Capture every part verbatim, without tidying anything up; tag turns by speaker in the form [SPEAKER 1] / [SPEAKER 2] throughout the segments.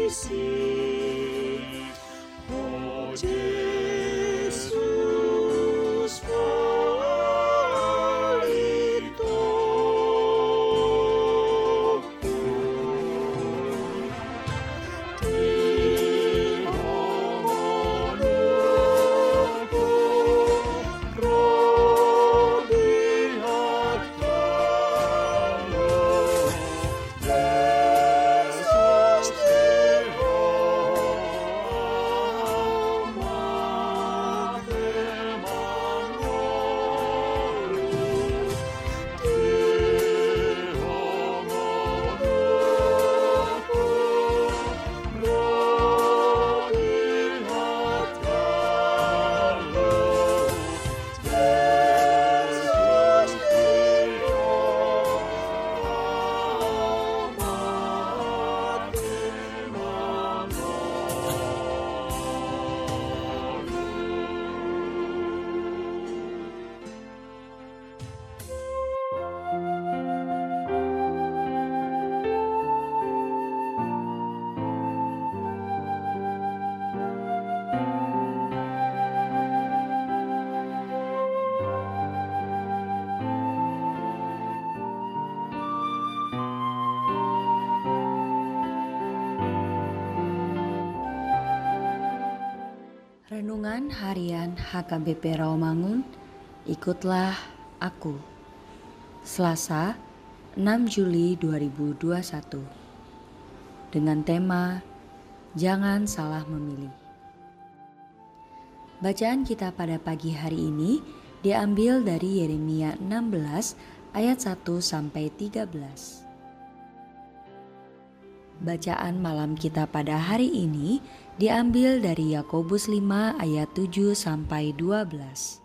[SPEAKER 1] Oh Yesus, pelitoku, di omolku, roh bihat kalau Yesus
[SPEAKER 2] Renungan Harian H K B P Rawamangun, ikutlah aku. Selasa, enam Juli dua ribu dua puluh satu. Dengan tema Jangan Salah Memilih. Bacaan kita pada pagi hari ini diambil dari Yeremia enam belas ayat satu sampai tiga belas. Bacaan malam kita pada hari ini diambil dari Yakobus lima ayat tujuh sampai dua belas.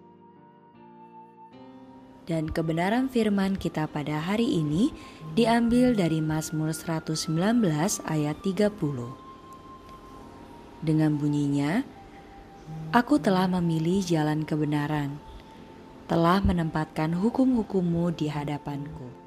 [SPEAKER 2] Dan kebenaran firman kita pada hari ini diambil dari Mazmur seratus sembilan belas ayat tiga puluh. Dengan bunyinya, Aku telah memilih jalan kebenaran, telah menempatkan hukum-hukum-Mu di hadapanku.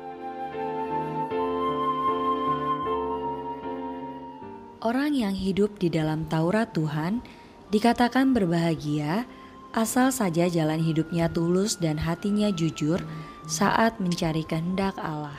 [SPEAKER 2] Orang yang hidup di dalam Taurat Tuhan dikatakan berbahagia asal saja jalan hidupnya tulus dan hatinya jujur saat mencari kehendak Allah.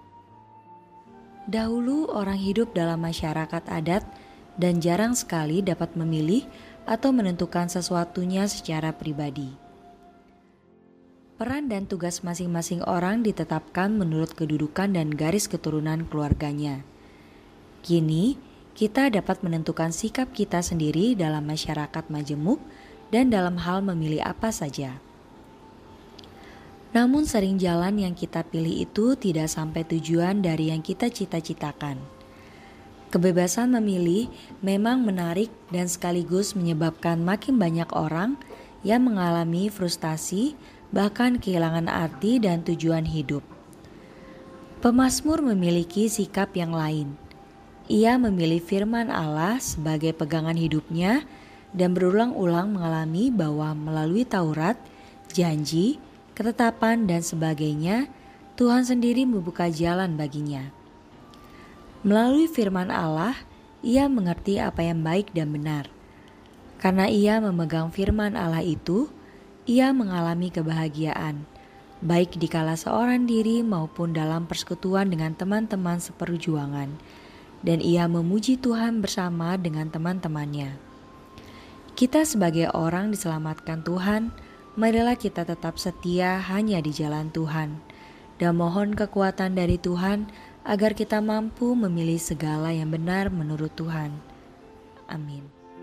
[SPEAKER 2] Dahulu orang hidup dalam masyarakat adat dan jarang sekali dapat memilih atau menentukan sesuatunya secara pribadi. Peran dan tugas masing-masing orang ditetapkan menurut kedudukan dan garis keturunan keluarganya. Kini, kita dapat menentukan sikap kita sendiri dalam masyarakat majemuk dan dalam hal memilih apa saja. Namun sering jalan yang kita pilih itu tidak sampai tujuan dari yang kita cita-citakan. Kebebasan memilih memang menarik dan sekaligus menyebabkan makin banyak orang yang mengalami frustasi, bahkan kehilangan arti dan tujuan hidup. Pemazmur memiliki sikap yang lain. Ia memilih firman Allah sebagai pegangan hidupnya dan berulang-ulang mengalami bahwa melalui Taurat, janji, ketetapan, dan sebagainya, Tuhan sendiri membuka jalan baginya. Melalui firman Allah, ia mengerti apa yang baik dan benar. Karena ia memegang firman Allah itu, ia mengalami kebahagiaan, baik dikala seorang diri maupun dalam persekutuan dengan teman-teman seperjuangan. Dan ia memuji Tuhan bersama dengan teman-temannya. Kita sebagai orang diselamatkan Tuhan, marilah kita tetap setia hanya di jalan Tuhan, dan mohon kekuatan dari Tuhan agar kita mampu memilih segala yang benar menurut Tuhan. Amin.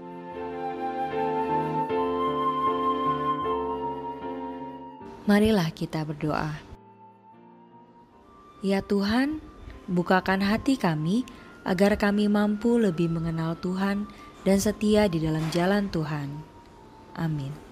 [SPEAKER 2] Marilah kita berdoa. Ya Tuhan, bukakan hati kami agar kami mampu lebih mengenal Tuhan dan setia di dalam jalan Tuhan. Amin.